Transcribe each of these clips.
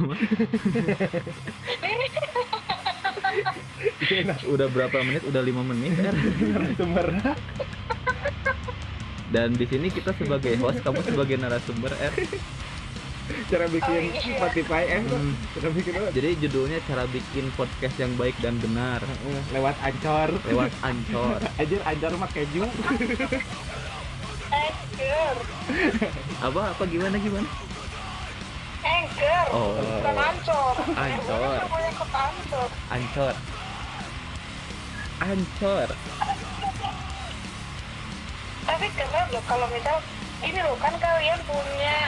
mah. Udah berapa menit? Udah 5 menit R. Narasumber. Dan di sini kita sebagai host, kamu sebagai narasumber R. Cara bikin Spotify cara bikin apa? Jadi judulnya cara bikin podcast yang baik dan benar Lewat Anchor. lewat Anchor. Anchor mah keju. Anchor. Apa gimana? Anchor. Oh. Bukan Ancor. Ancor. Namanya ke Ancor. Anchor. Tapi keren loh kalau misal ini loh kan kalian punya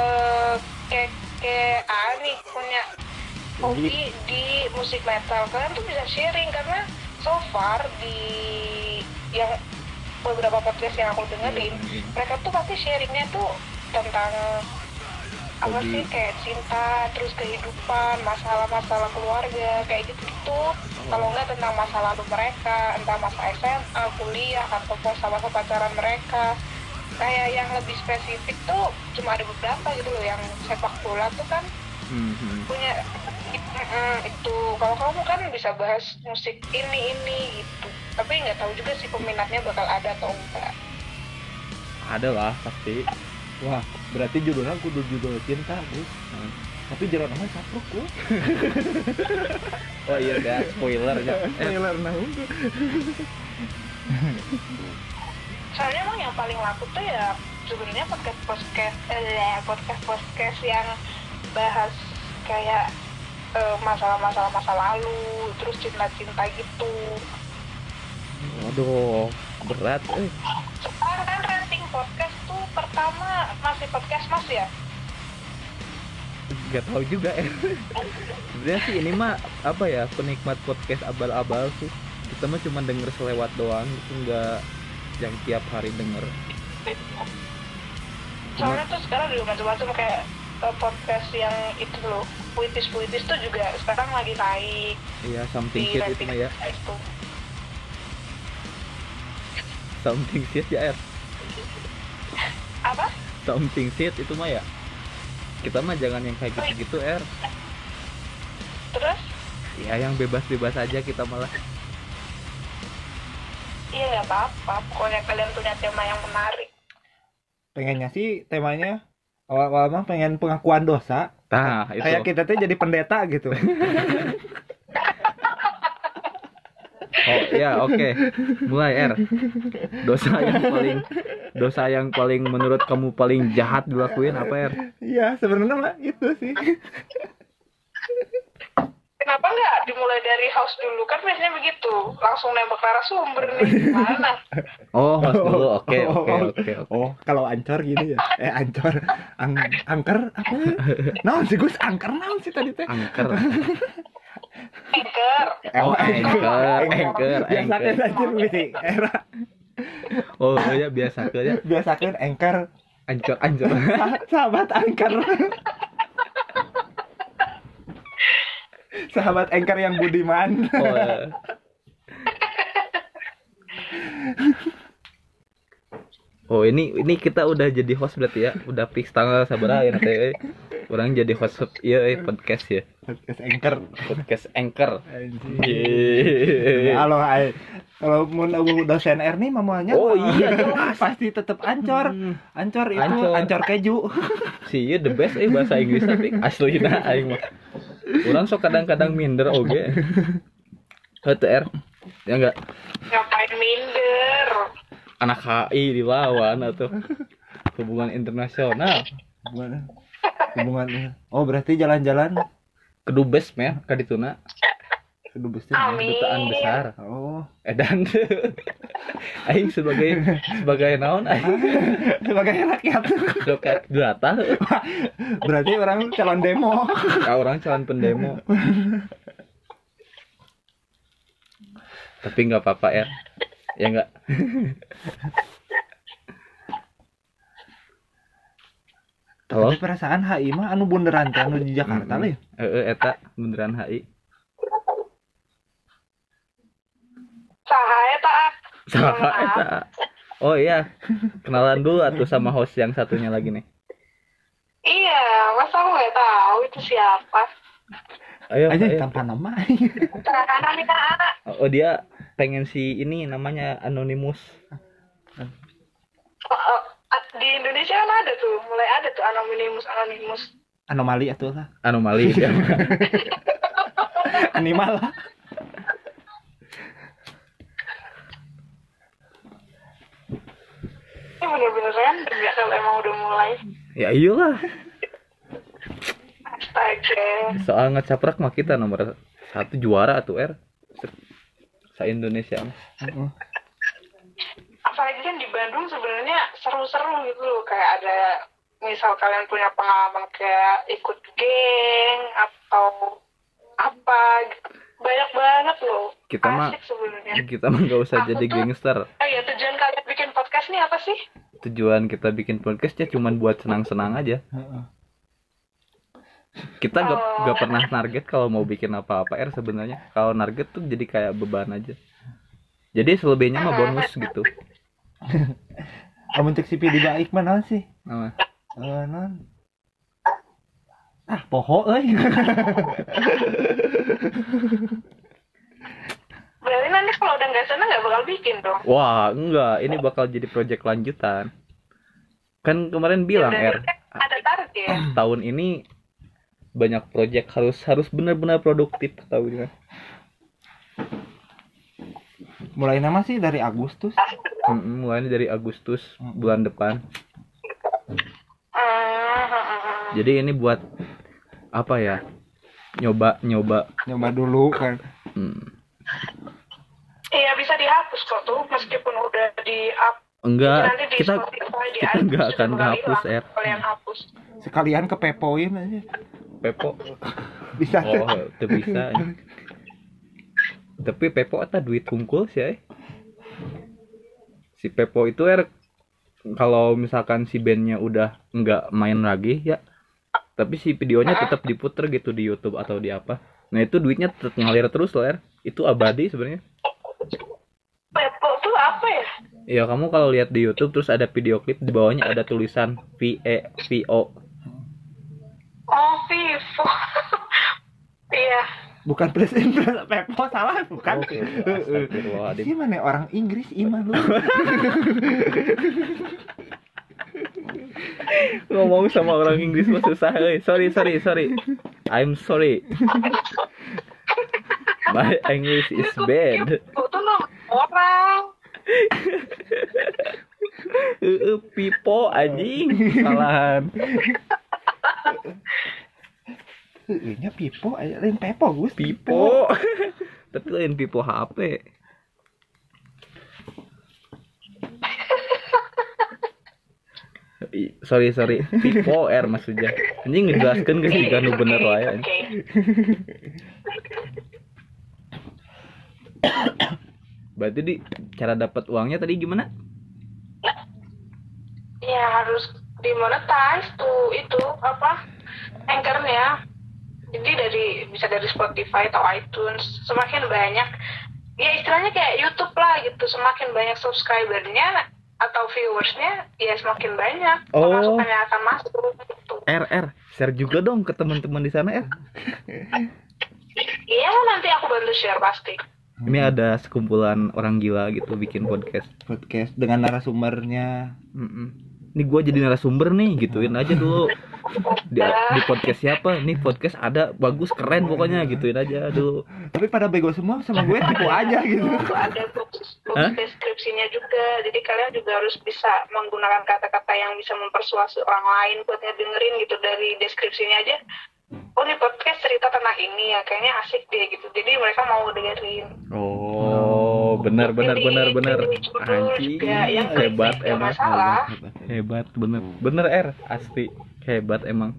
kayak nih punya hobi di musik metal, kalian tuh bisa sharing karena so far di yang beberapa podcast yang aku dengerin mereka tuh pasti sharingnya tuh tentang apa hobi. sih kayak cinta, terus kehidupan, masalah-masalah keluarga kayak gitu-gitu. Kalau enggak tentang masa lalu mereka, entah masa SMA, kuliah, atau masa-masa pacaran mereka. Kayak yang lebih spesifik tuh cuma ada beberapa gitu loh, yang sepak bola tuh kan punya itu. Kalau kamu kan bisa bahas musik ini gitu, tapi nggak tahu juga sih peminatnya bakal ada atau enggak. Ada lah pasti. Wah, berarti judulnya kudu judul cinta, Gus. Tapi jalan nama sapruk ku. Oh iya dah, spoilernya. Spoiler nah. Soalnya emang yang paling laku tuh ya sebenarnya podcast yang bahas kayak masalah-masalah masa lalu, terus cinta-cinta gitu. Waduh, berat. Sekarang kan rating podcast tuh pertama masih podcast Mas ya? Gak tahu juga sebenarnya sih ini mah apa ya, penikmat podcast abal-abal sih. Kita mah cuma denger selewat doang gitu, nggak yang tiap hari denger. Soalnya tuh sekarang juga macam-macam kayak podcast yang itu loh, puitis-puitis tuh juga sekarang lagi naik Iya, something di shit itu rating mah ya. itu. Something shit ya Apa? Something shit itu mah ya. Kita mah jangan yang kayak gitu-gitu Terus? Ya yang bebas-bebas aja kita malah. Iya nggak apa-apa, pokoknya kalian punya tema yang menarik. Pengennya sih temanya awal-awal mah pengen pengakuan dosa. Nah itu. Kayak kita tuh jadi pendeta gitu. Oh ya oke. Mulai dosa yang paling menurut kamu paling jahat dilakuin apa Iya, sebenarnya mah itu sih. Kenapa nggak dimulai dari house dulu? Kan biasanya begitu, langsung nembak narasumber nih, gimana? Oh host dulu, oke. Oh, kalau Anchor gini ya. Anchor, angker apa? Naon sih Gus? Angker naon sih tadi teh? Angker. Anchor. Anchor. Biasa kan anjir misi era. Oh ya biasa ke ya. Biasa kan Anchor. Ancor. Sahabat Anchor. Sahabat Anchor yang budiman. Oh ini kita udah jadi host berarti ya. Udah fix tanggal sabaraha ya nanti. Orang jadi host iya podcast ya. Podcast Anchor. Halo, kalau mau dosen R nih mamanya. Oh iya jelas. Pasti tetap Anchor. Anchor itu Anchor keju. Si the best bahasa Inggris tapi aslina aing mah. Orang sok kadang-kadang minder oge. Heuh R. Ya enggak? Ngapain minder? Anak HI dilawan atau hubungan internasional. Hubungan. Oh, berarti jalan-jalan ke Dubes meh ka dituna. ke Dubes Dutaan besar. Oh, Dan aing sebagai naon aing sebagai rakyat. Rakyat jelata. Berarti orang calon demo. Orang calon pendemo. Tapi nggak apa-apa ya nggak. Tapi perasaan HI mah anu bunderan teh anu di Jakarta lah ya. Eta bunderan HI. Saha eta? Oh iya, kenalan dulu atuh sama host yang satunya lagi nih. Iya, masa aku nggak tahu itu siapa? Ayo, Aja ayo. tanpa nama. Karena nih anak. Oh, dia pengen si ini namanya Anonymous. Di Indonesia kan ada tuh, mulai ada tuh anonimus. Anomali atuh lah. Anomali dia. Animal lah. Ini bener-bener random ya kalau emang udah mulai. Ya iyalah. Astaga. Soal ngecaprak mah kita nomor 1 juara tuh se-Indonesia. Heeh. Apalagi kan di Bandung sebenarnya seru-seru gitu loh, kayak ada misal kalian punya pengalaman kayak ikut geng atau apa gitu. Banyak banget loh. Kita mah Asik sebenarnya. nggak usah Aku jadi tuh- gangster. Oh iya, tujuan kalian bikin podcast nih apa sih? Tujuan kita bikin podcast ya cuman buat senang-senang aja. Heeh. Kita gak pernah target kalau mau bikin apa-apa sebenarnya. Kalau target tuh jadi kayak beban aja. Jadi selebihnya mah bonus gitu. Amun cek si Pidi baik mah naon sih? Nah, Non. Poho euy. Berarti nanti kalau udah nggak seneng nggak bakal bikin dong. wah, enggak, ini bakal jadi project lanjutan. Kan kemarin bilang Ya, kan ada target. tahun ini banyak project harus benar-benar produktif tahu kan. Mulai nama sih dari Agustus. Mulai dari Agustus bulan depan. Jadi ini buat apa ya? Nyoba. Nyoba dulu kan. Iya, bisa dihapus kok tuh meskipun udah di-up. Enggak, Nanti di kita Spotify, di kita iTunes nggak juga akan bakal hapus, hilang kalau yang hapus. Sekalian kepepoin aja. Pepo. Bisa tuh. Oh, itu bisa. Tapi Pepo eta duit hungkul sih. Si Pepo itu kalau misalkan si bandnya udah nggak main lagi ya, tapi si videonya tetap diputer gitu di YouTube atau di apa. Nah itu duitnya tetap ngalir terus loh Itu abadi sebenarnya. Pepo tuh apa ya? Ya kamu kalau lihat di YouTube terus ada video klip di bawahnya ada tulisan VO. Oh, Vivo. Iya. Bukan presiden Pepo salah bukan. Oke, astagfirullahaladzim. Gimana orang Inggris iman lu. Ngomong sama orang Inggris mah susah. Sorry. I'm sorry. My English is bad. Vivo tuh nama orang. Pipo anjing. Salahan. Nya Pipo lain Pepo Gus. Pipo. Tapi lain Pipo HP. Sorry. Pipo maksudnya. Anjing ngejelaskeun geus juga nu bener wae. Oke. Berarti cara dapat uangnya tadi gimana? Ya harus dimonetize tuh itu apa? Anchor-nya. Jadi bisa dari Spotify atau iTunes. Semakin banyak, ya istilahnya kayak YouTube lah gitu. Semakin banyak subscribernya atau viewersnya, ya semakin banyak pemasukannya akan masuk gitu. Share juga dong ke teman-teman di sana Iya, nanti aku bantu share pasti. Ini ada sekumpulan orang gila gitu bikin podcast. Podcast dengan narasumbernya. Ini gue jadi narasumber nih, gituin aja dulu. Di podcast siapa? Nih podcast ada, bagus, keren pokoknya, gituin aja dulu. Tapi pada bego semua sama gue tipu aja gitu. Ada box deskripsinya juga, jadi kalian juga harus bisa menggunakan kata-kata yang bisa mempersuasi orang lain buat ngedengerin gitu dari deskripsinya aja. Oh, ini podcast cerita tentang ini ya, kayaknya asik deh gitu. Jadi mereka mau dengerin. Oh, benar. Anjing, yang hebat klik emang. masalah. Hebat, bener asli hebat emang.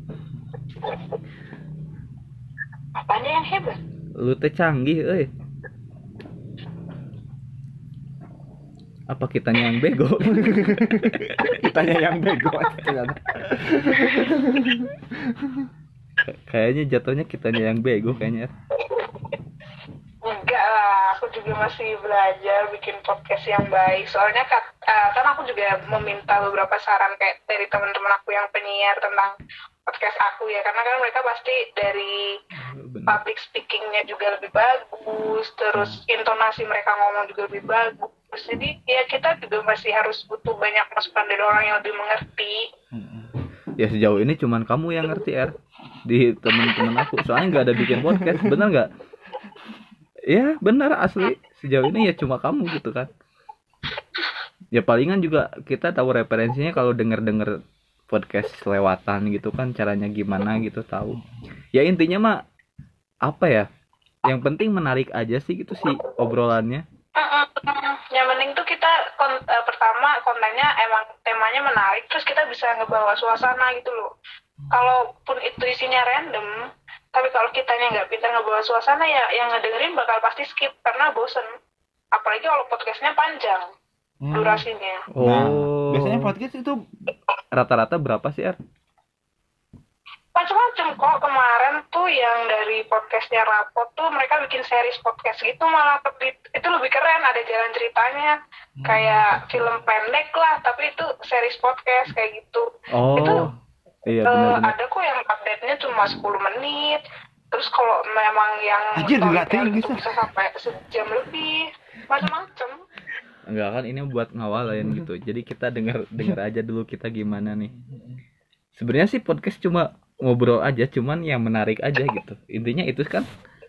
Apanya yang hebat? Lu teh canggih, Apa kitanya yang bego? Kitanya yang bego. Kayaknya jatuhnya kitanya yang bego kayaknya. Enggak lah, aku juga masih belajar bikin podcast yang baik. Soalnya kan aku juga meminta beberapa saran kayak dari teman-teman aku yang penyiar tentang podcast aku ya, karena kan mereka pasti dari Bener. public speakingnya juga lebih bagus, terus intonasi mereka ngomong juga lebih bagus. Jadi ya kita juga masih harus butuh banyak masukan dari orang yang lebih mengerti. Ya sejauh ini cuman kamu yang ngerti di teman-teman aku, soalnya nggak ada bikin podcast, bener nggak? Ya bener asli, sejauh ini ya cuma kamu gitu kan. Ya palingan juga kita tahu referensinya kalau denger podcast lewatan gitu kan, caranya gimana gitu tahu. Ya intinya mah apa ya? Yang penting menarik aja sih gitu sih obrolannya. Yang penting tuh kita pertama kontennya emang temanya menarik, terus kita bisa ngebawa suasana gitu loh. Kalaupun itu isinya random, tapi kalau kitanya nggak pintar ngebawa suasana ya yang ngedengerin bakal pasti skip karena bosen. Apalagi kalau podcastnya panjang durasinya. Nah, Oh. biasanya podcast itu Rata-rata berapa sih, Macam-macam kok. Kemarin tuh yang dari podcastnya Rapot tuh mereka bikin series podcast gitu, malah itu lebih keren, ada jalan ceritanya kayak film pendek lah, tapi itu series podcast kayak gitu. Oh. Itu Iya benar-benar. ada kok yang update-nya cuma 10 menit. Terus kalau memang yang Anjir, storytelling dilatih itu bisa. bisa sampai sejam lebih, macam-macam. Enggak kan ini buat ngawalin gitu. Jadi kita denger aja dulu kita gimana nih. Sebenarnya sih podcast cuma ngobrol aja, cuman yang menarik aja gitu. Intinya itu kan.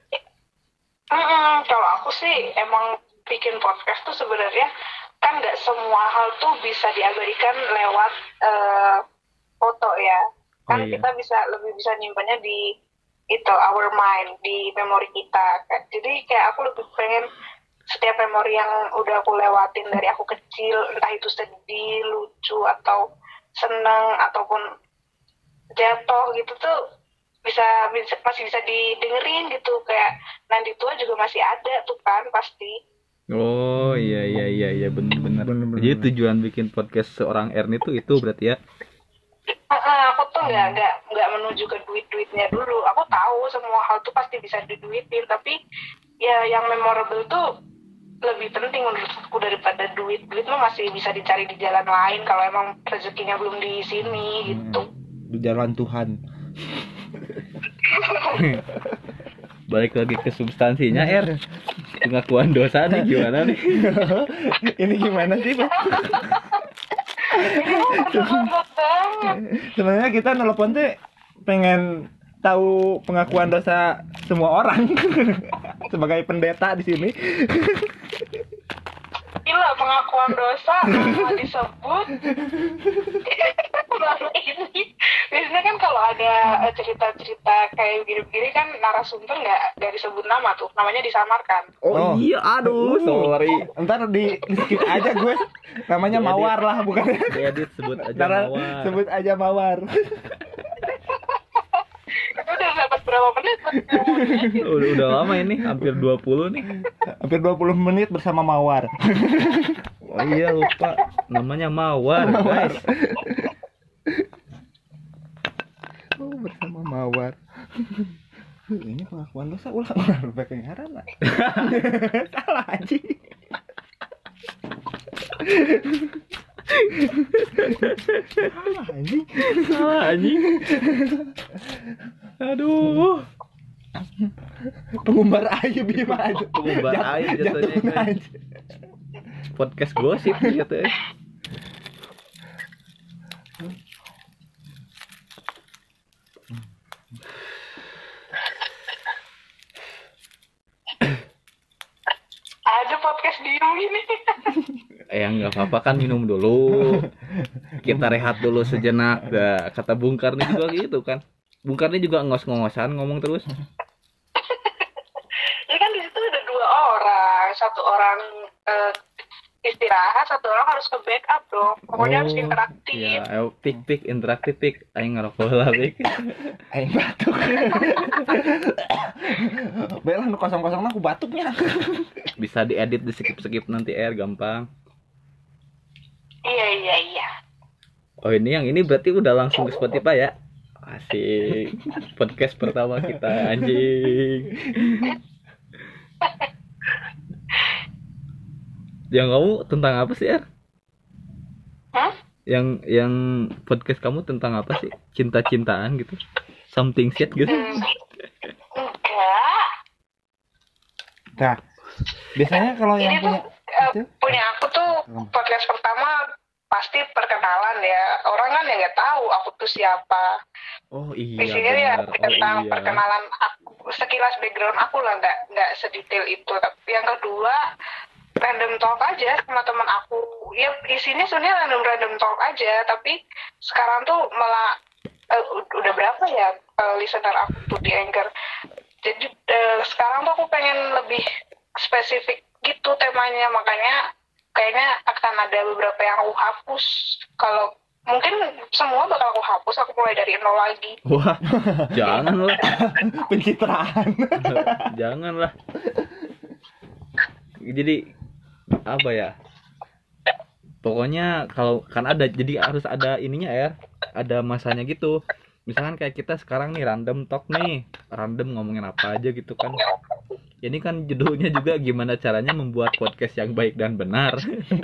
Kalau aku sih emang bikin podcast tuh sebenarnya kan nggak semua hal tuh bisa diabadikan lewat foto ya. Kan Oh, iya. kita lebih bisa nyimpannya di itu our mind, di memori kita. Jadi kayak aku lebih pengen setiap memori yang udah aku lewatin dari aku kecil, entah itu sedih, lucu atau seneng ataupun jatuh gitu tuh masih bisa didengerin gitu, kayak nanti tua juga masih ada tuh kan pasti. Oh iya benar. Bener-bener. Jadi tujuan bikin podcast seorang Ernie tuh itu berarti ya. Aku tuh nggak menuju ke duitnya dulu. Aku tahu semua hal tuh pasti bisa diduitin, tapi ya yang memorable tuh lebih penting menurutku daripada duit mah masih bisa dicari di jalan lain kalau emang rezekinya belum di sini gitu. di jalan Tuhan. Balik lagi ke substansinya pengakuan dosa nih gimana nih? Ini gimana sih, Pak? Banget. Sebenarnya kita nelpon teh pengen tahu pengakuan dosa semua orang sebagai pendeta di sini. Gila, pengakuan dosa disebut. Baru ini biasanya kan kalau ada cerita-cerita kayak begini-begini kan narasumber nggak disebut nama tuh, namanya disamarkan. Oh. Iya, aduh, sorry. Ntar di skip aja gue. Namanya Diedit. Mawar lah, bukan? Edit sebut aja Ntar Mawar. sebut aja Mawar. Itu udah dapat berapa menit? Udah lama ini, hampir 20 nih. Hampir 20 menit bersama Mawar. Oh iya lupa, namanya Mawar, guys. Oh, bersama Mawar. Ini pengakuan dosa ulah pakai ngaran lah. Salah aja. Salah anjing. Salah anjing. Aduh. Pengumbar aja gimana aja. Pengumbar aja jatuhnya, guys. aja. Podcast gosip gitu ya. Ada podcast diem gini. Nggak apa-apa kan, minum dulu. Kita rehat dulu sejenak. Nah, kata Bung Karni juga gitu kan. Bung Karni juga ngos-ngosan ngomong terus. Ya kan di situ ada dua orang, satu orang istirahat, satu orang harus ke backup dong. Pokoknya harus interaktif. Ya, ayo pik interaktif pik. Aing ngerokok lah pik. Aing batuk. Baiklah nu kosong-kosong aku batuknya. Bisa diedit, di skip nanti gampang. Iya. Oh yang ini berarti udah langsung ke Spotify ya? Asik. Podcast pertama kita, anjing. Yang kamu tentang apa sih, Yang podcast kamu tentang apa sih? Cinta-cintaan gitu? Something shit gitu? Enggak. Nah, biasanya kalau yang Ini tuh itu punya aku tuh podcast pertama pasti perkenalan ya. Orang kan ya nggak tahu aku tuh siapa. Oh iya Isinya ya benar. Oh tentang iya. perkenalan aku, sekilas background aku lah, nggak sedetail itu. Tapi yang kedua random talk aja sama teman aku. Ya isinya sebenarnya random talk aja. Tapi sekarang tuh malah udah berapa ya listener aku tuh di Anchor. Jadi sekarang tuh aku pengen lebih spesifik gitu temanya, makanya kayaknya akan ada beberapa yang aku hapus. Kalau mungkin semua bakal aku hapus, aku mulai dari nol lagi. Wah, janganlah. pencitraan. Janganlah. Jadi apa ya? Pokoknya kalau kan ada, jadi harus ada ininya ya. Ada masanya gitu. Misalkan kayak kita sekarang nih random talk nih, random ngomongin apa aja gitu kan. Ini kan judulnya juga gimana caranya membuat podcast yang baik dan benar.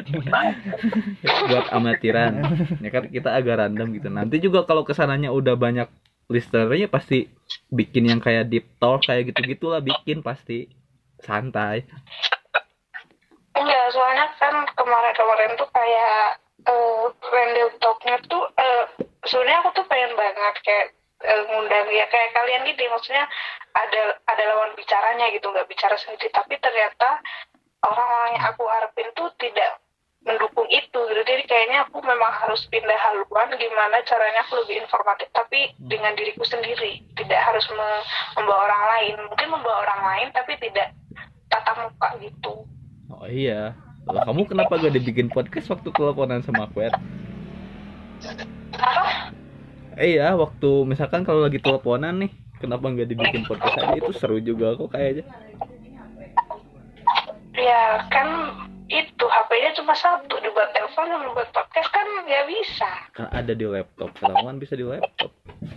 Buat amatiran. Ya kan kita agak random gitu. Nanti juga kalau kesananya udah banyak listenernya pasti bikin yang kayak deep talk kayak gitu-gitulah, bikin pasti santai. Enggak, soalnya kan kemarin tuh kayak random talknya tuh sebenarnya aku tuh pengen banget kayak ngundang ya kayak kalian gitu, maksudnya ada lawan bicaranya gitu, nggak bicara sendiri. Tapi ternyata orang-orang yang aku harapin tuh tidak mendukung itu gitu. Jadi kayaknya aku memang harus pindah haluan, gimana caranya aku lebih informatif tapi dengan diriku sendiri, tidak harus membawa orang lain. Mungkin membawa orang lain tapi tidak tatap muka gitu. Oh iya. Lah, kamu kenapa gak dibikin podcast waktu teleponan sama aku ya? Apa? Iya, waktu misalkan kalau lagi teleponan nih, kenapa nggak dibikin podcast aja? Itu seru juga kok kayaknya. Ya kan itu HP-nya cuma satu, dibuat telepon dan dibuat podcast kan nggak bisa. Kan ada di laptop, kan bisa di laptop.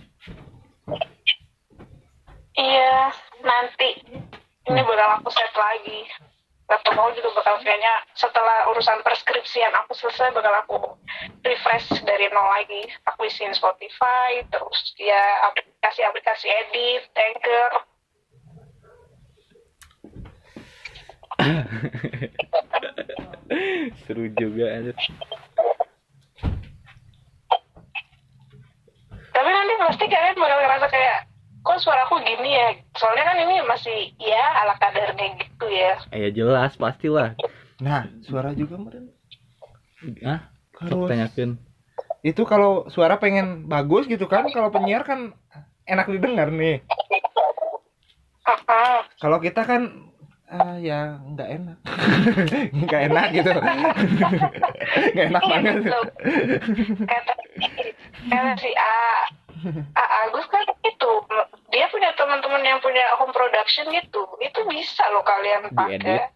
Iya, nanti ini bakal aku set lagi. Laptop aku juga bakal kayaknya setelah urusan perskripsian aku selesai bakal aku refresh dari nol lagi. Aku isiin Spotify, terus ya aplikasi edit, Anchor. Seru juga aja. Tapi nanti pasti kalian bakal ngerasa kayak, kok suaraku gini ya? Soalnya kan ini masih ya ala kadarnya gitu ya. Ya jelas, pastilah. Nah, suara juga meren. Ah, Harus. tanyakin. Itu kalau suara pengen bagus gitu kan, kalau penyiar kan enak didengar nih. Kalau kita kan ya nggak enak. Nggak enak gitu. Nggak enak banget. Kata si Agus kan itu, dia punya teman-teman yang punya home production gitu. Itu bisa loh kalian pakai. Diedit.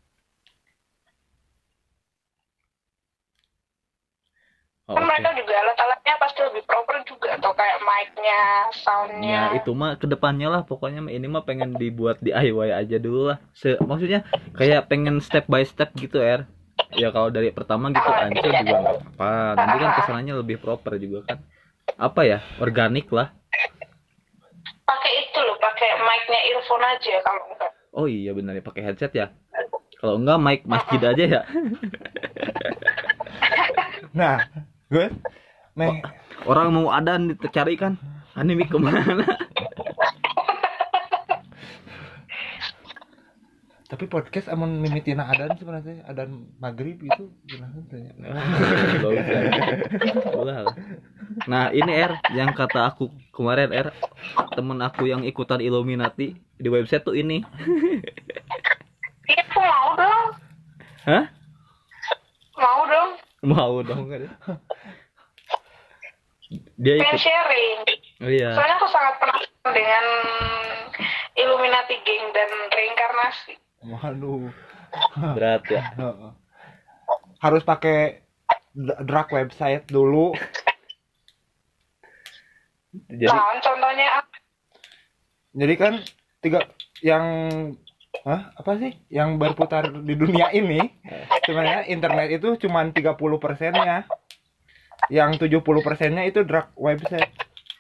Oh, Kan oke. mereka juga alat-alatnya pasti lebih proper juga, atau kayak mic-nya, sound-nya. Ya itu mah kedepannya lah, pokoknya ini mah pengen dibuat DIY aja dulu lah. Maksudnya kayak pengen step by step gitu ya. Ya kalau dari pertama gitu ancur juga nggak apa. Nanti kan kesananya lebih proper juga kan. Apa ya, organik lah. Pakai itu loh, pakai mic-nya earphone aja kalau enggak. Oh iya benar ya, pakai headset ya. Kalau enggak mic masjid aja ya. Nah, gue Orang mau adan dicari kan. Ini mic kemana? tapi podcast amun mimitina adan sebenarnya adan maghrib gitu gimana tanya. Nggak usah. Ulah lah. Nah ini yang kata aku kemarin temen aku yang ikutan Illuminati di website tuh ini. Iya, aku mau dong. Hah? Mau dong. Mau dong kan? Dia Pengen ikut. sharing. Oh, iya. Soalnya aku sangat penasaran dengan Illuminati geng dan reinkarnasi. Waduh. Berat ya. Harus pakai drag website dulu. Jadi Nah, contohnya Jadi kan yang apa sih yang berputar di dunia ini sebenarnya internet itu cuma 30%-nya. yang 70%-nya itu dark website.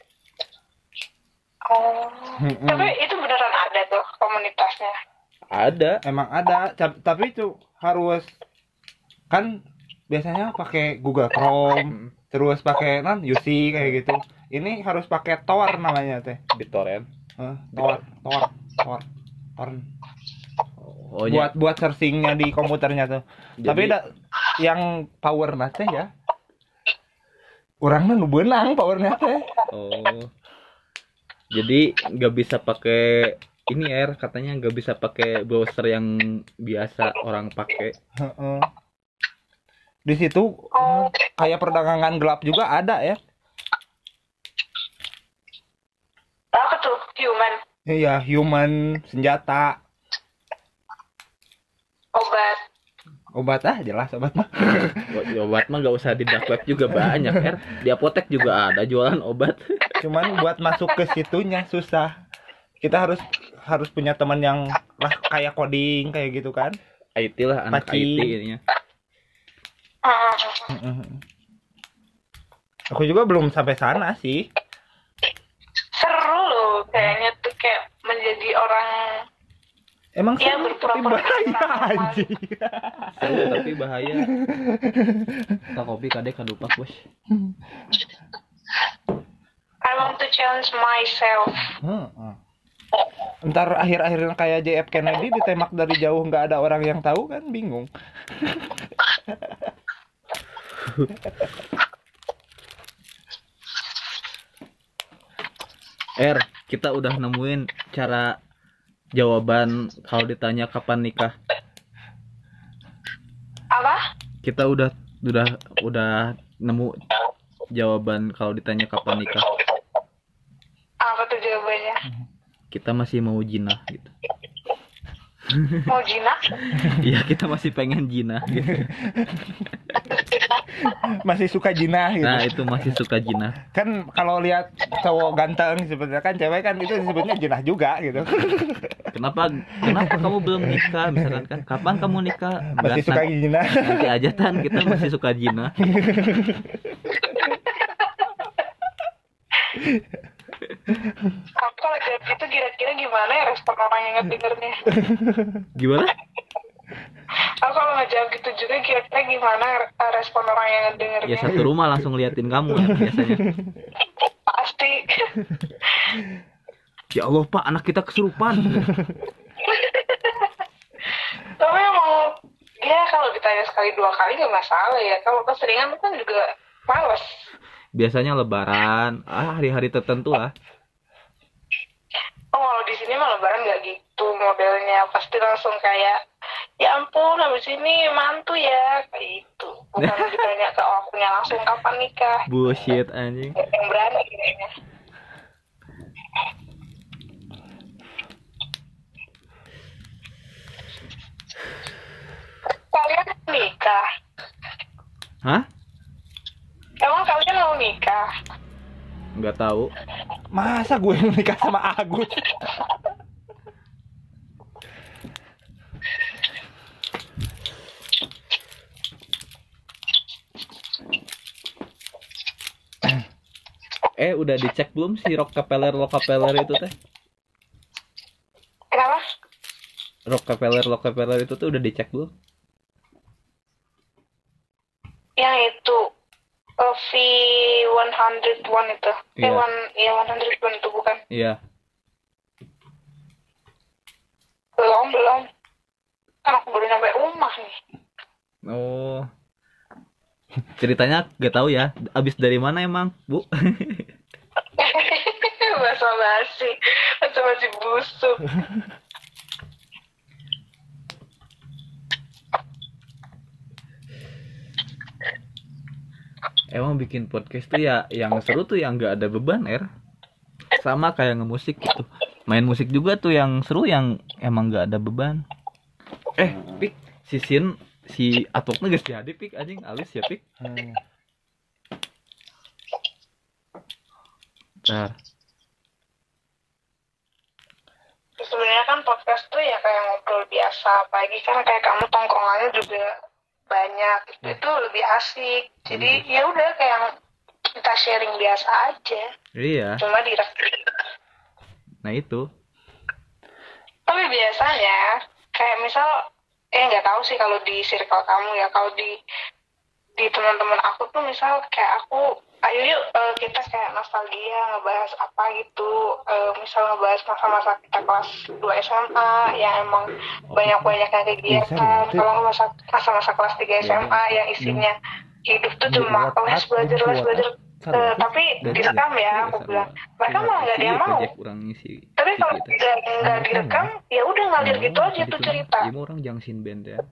Oh. Tapi itu beneran ada tuh komunitasnya. Ada. Emang ada, tapi itu harus kan biasanya pakai Google Chrome, terus pakai UC kayak gitu. Ini harus pakai Tor namanya teh. BitTorrent. Tor. Oh ya. Buat searchingnya di komputernya tuh. Tapi yang power teh ya. Urangna nu beunang powernya teh. Oh. Jadi nggak bisa pakai ini katanya nggak bisa pakai browser yang biasa orang pakai. Di situ kayak perdagangan gelap juga ada ya. Apa tuh? Human. Iya, human, senjata, Obat. Jelas obat mah. Obat mah nggak usah di dark web juga banyak di apotek juga ada jualan obat. Cuman buat masuk ke situnya susah. Kita harus punya teman yang lah kayak coding kayak gitu kan. IT lah, anak Paci. IT ininya. Aku juga belum sampai sana sih. Seru loh kayaknya tuh, kayak menjadi orang Emang ya seru, tapi berpura-pura bahaya anjing. Seru tapi bahaya. Kita kopi kadek kadupak bos. I want to challenge myself. Ntar akhir-akhirnya kayak JF Kennedy ditembak dari jauh nggak ada orang yang tahu kan, bingung. Kita udah nemuin cara jawaban kalau ditanya kapan nikah. Apa? Kita udah nemu jawaban kalau ditanya kapan nikah. Apa tuh jawabannya? Kita masih mau jinah gitu. Mau jinak? Iya, kita masih pengen jinah gitu. Masih suka jinah gitu. Nah, itu masih suka jinah. Kan kalau lihat cowok ganteng sebenarnya kan cewek kan itu disebutnya jinah juga gitu. Kenapa kamu belum nikah misalkan kan? Kapan kamu nikah? Masih suka jinah. Nanti aja Tan, kita masih suka jinah. Aku kalau jawab gitu kira-kira gimana ya respon orang yang ngedengernya? Gimana? Aku kalau ngejawab gitu juga kira-kira gimana respon orang yang ngedengernya? Ya satu rumah langsung liatin kamu ya biasanya. Pasti. Ya Allah Pak, anak kita kesurupan. Tapi emang ya kalau ditanya sekali dua kali nggak masalah ya. Kalau keseringan kan juga males. Biasanya lebaran, hari-hari tertentu lah. Oh, kalau di sini mah lebaran nggak gitu modelnya. Pasti langsung kayak, ya ampun, habis ini mantu ya, kayak itu. Bukan ditanya ke akunya langsung kapan nikah. Bullshit anjing. Yang berani kayaknya. Kalian nikah? Hah? Emang kalian mau nikah? Nggak tahu. Masa gue nikah sama Agus? Udah dicek belum si Rockefeller itu teh? Kenapa? Rockefeller itu tuh udah dicek belum? Yang itu V101 itu. Iya. 101 itu bukan? Iya. Belum. Kan aku baru nyampe rumah nih. Oh. Ceritanya gak tahu ya. Abis dari mana emang, Bu? Basa-basi busuk. Emang bikin podcast tuh ya yang seru tuh yang gak ada beban, sama kayak ngemusik gitu. Main musik juga tuh yang seru yang emang gak ada beban. Pik, si Atoknya geus jadi Pik anjing alis ya Pik. Bentar. Sebenarnya kan podcast tuh ya kayak ngobrol biasa, apalagi kan kayak kamu tongkrongannya juga banyak itu lebih asik. Jadi ya udah kayak kita sharing biasa aja, Iya. cuma direkam. Nah itu. Tapi biasanya kayak misal nggak tahu sih kalau di circle kamu ya, kalau di teman-teman aku tuh misal kayak aku ayo yuk kita kayak nostalgia ngebahas apa gitu, misal ngebahas masa-masa kita kelas 2 SMA yang emang banyak-banyak yang kegiatan, kalau nggak masa-masa kelas 3 SMA yang isinya hidup tuh cuma les belajar tapi direkam ya, aku bilang mereka malah nggak ada yang mau. Tapi kalau nggak direkam ya udah ngalir gitu aja tuh cerita. Ini orang jangsin band ya.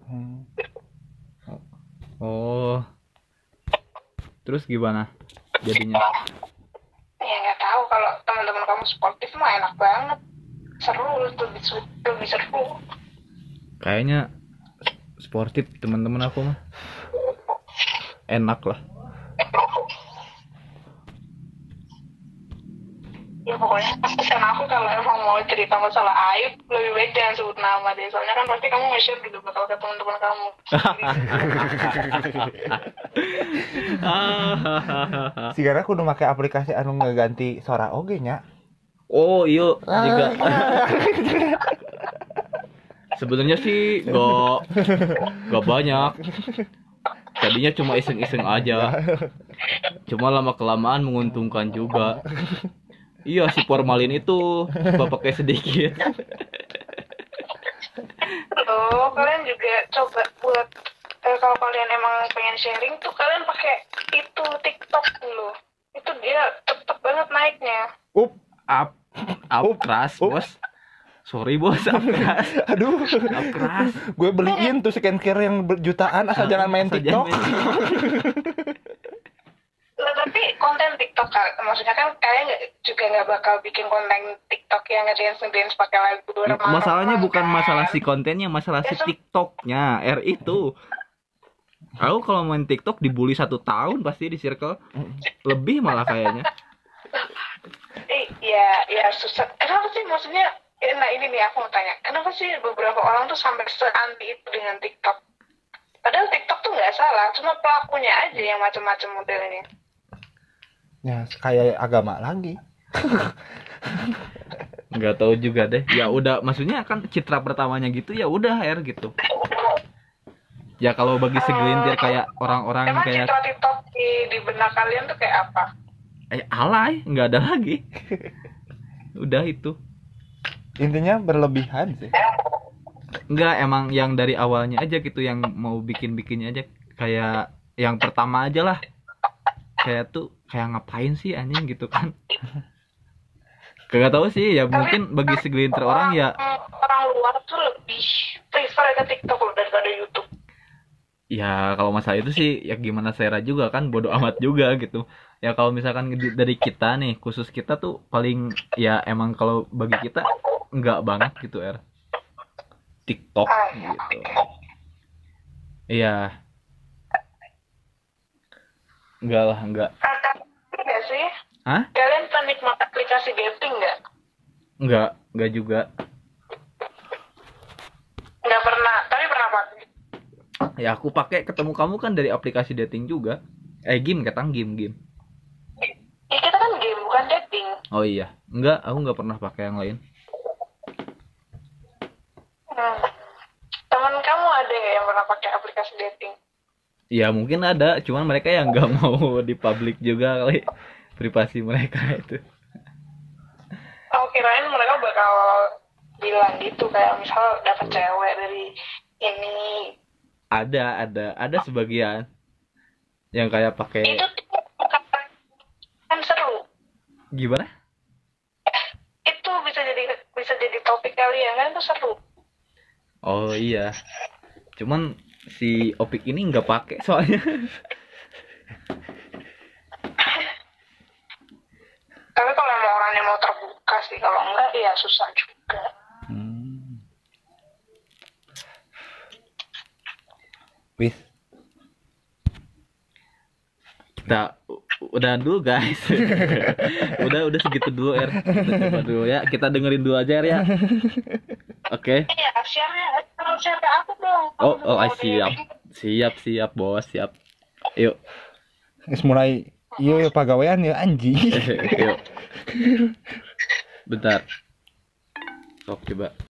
Oh, terus gimana jadinya? Ya nggak tahu, kalau teman-teman kamu sportif mah enak banget, seru, lebih seru. Kayaknya sportif teman-teman aku mah enak lah. Ya pokoknya aku kalau emang mau cerita masalah Ayub lebih baik jangan sebut nama deh, soalnya kan pasti kamu nge-share juga bakal ke teman-teman kamu. Sigara aku udah pakai aplikasi anu ngeganti suara oge nya. Oh iya juga. Sebenarnya sih gak banyak. Tadinya cuma iseng-iseng aja. Cuma lama kelamaan menguntungkan juga. Iya, si formalin itu coba pakai sedikit. Oh, kalian juga coba buat kalau kalian emang pengen sharing tuh kalian pakai itu TikTok dulu. Itu dia cepet banget naiknya. Up keras, bos. Sorry bos, up keras. Aduh, Up keras. gue beliin tuh skincare yang berjutaan asal jangan main TikTok. Tapi konten TikTok maksudnya kan kalian juga nggak bakal bikin konten TikTok yang ngedance pakai lagu remang-remang. Masalahnya bukan masalah si kontennya, masalah si TikToknya. Itu. Aku kalau main TikTok dibully 1 tahun pasti di circle. Lebih malah kayaknya. Ya susah. Kenapa sih maksudnya? Nah ini nih aku mau tanya. Kenapa sih beberapa orang tuh sampai se-anti itu dengan TikTok? Padahal TikTok tuh nggak salah, cuma pelakunya aja yang macam-macam modelnya. Ya kayak agama lagi. Nggak tahu juga deh. Ya udah, maksudnya kan citra pertamanya gitu ya udah gitu. Ya kalau bagi segelintir kayak orang-orang emang kayak citra TikTok di benak kalian tuh kayak apa? alay, nggak ada lagi. Udah itu. Intinya berlebihan sih. Enggak, emang yang dari awalnya aja gitu, yang mau bikin-bikinnya aja kayak yang pertama aja lah. Kayak tuh kayak ngapain sih anjing gitu kan. Kagak tahu sih ya, mungkin bagi segelintir orang ya orang luar tuh lebih prefer ke TikTok loh daripada YouTube. ya kalau masalah itu sih ya gimana Sera juga kan, bodo amat juga gitu. Ya kalau misalkan dari kita nih, khusus kita tuh paling ya emang kalau bagi kita enggak banget gitu TikTok gitu. Iya. Enggak lah, enggak. Enggak sih? Hah? Kalian penikmat aplikasi dating nggak? Enggak juga. Nggak pernah, tapi pernah pakai. Ya aku pakai ketemu kamu kan dari aplikasi dating juga. Game katang game. Ya kita kan game bukan dating. Oh iya, enggak, aku enggak pernah pakai yang lain. Teman kamu ada nggak yang pernah pakai aplikasi dating? Ya mungkin ada, cuman mereka yang nggak mau di publik juga kali privasi mereka itu. Aku kirain mereka bakal bilang gitu kayak misal dapat cewek dari ini. Ada sebagian yang kayak pakai. Itu kan seru. Gimana? Itu bisa jadi topik kalian kan, itu seru. Oh iya. Cuman si Opik ini nggak pakai soalnya. Tapi kalau emang orangnya mau terbuka sih, kalau enggak ya susah juga. Wis. Kita udah dulu guys. udah segitu dulu Kita coba dulu ya. Kita dengerin dulu aja ya. Oke. Iya, share-nya. Share ke aku dong. Oh, Siap bos, siap. Yuk. Geus mulai ieu pagawean ya anjing. Yuk. Bentar. Sok coba.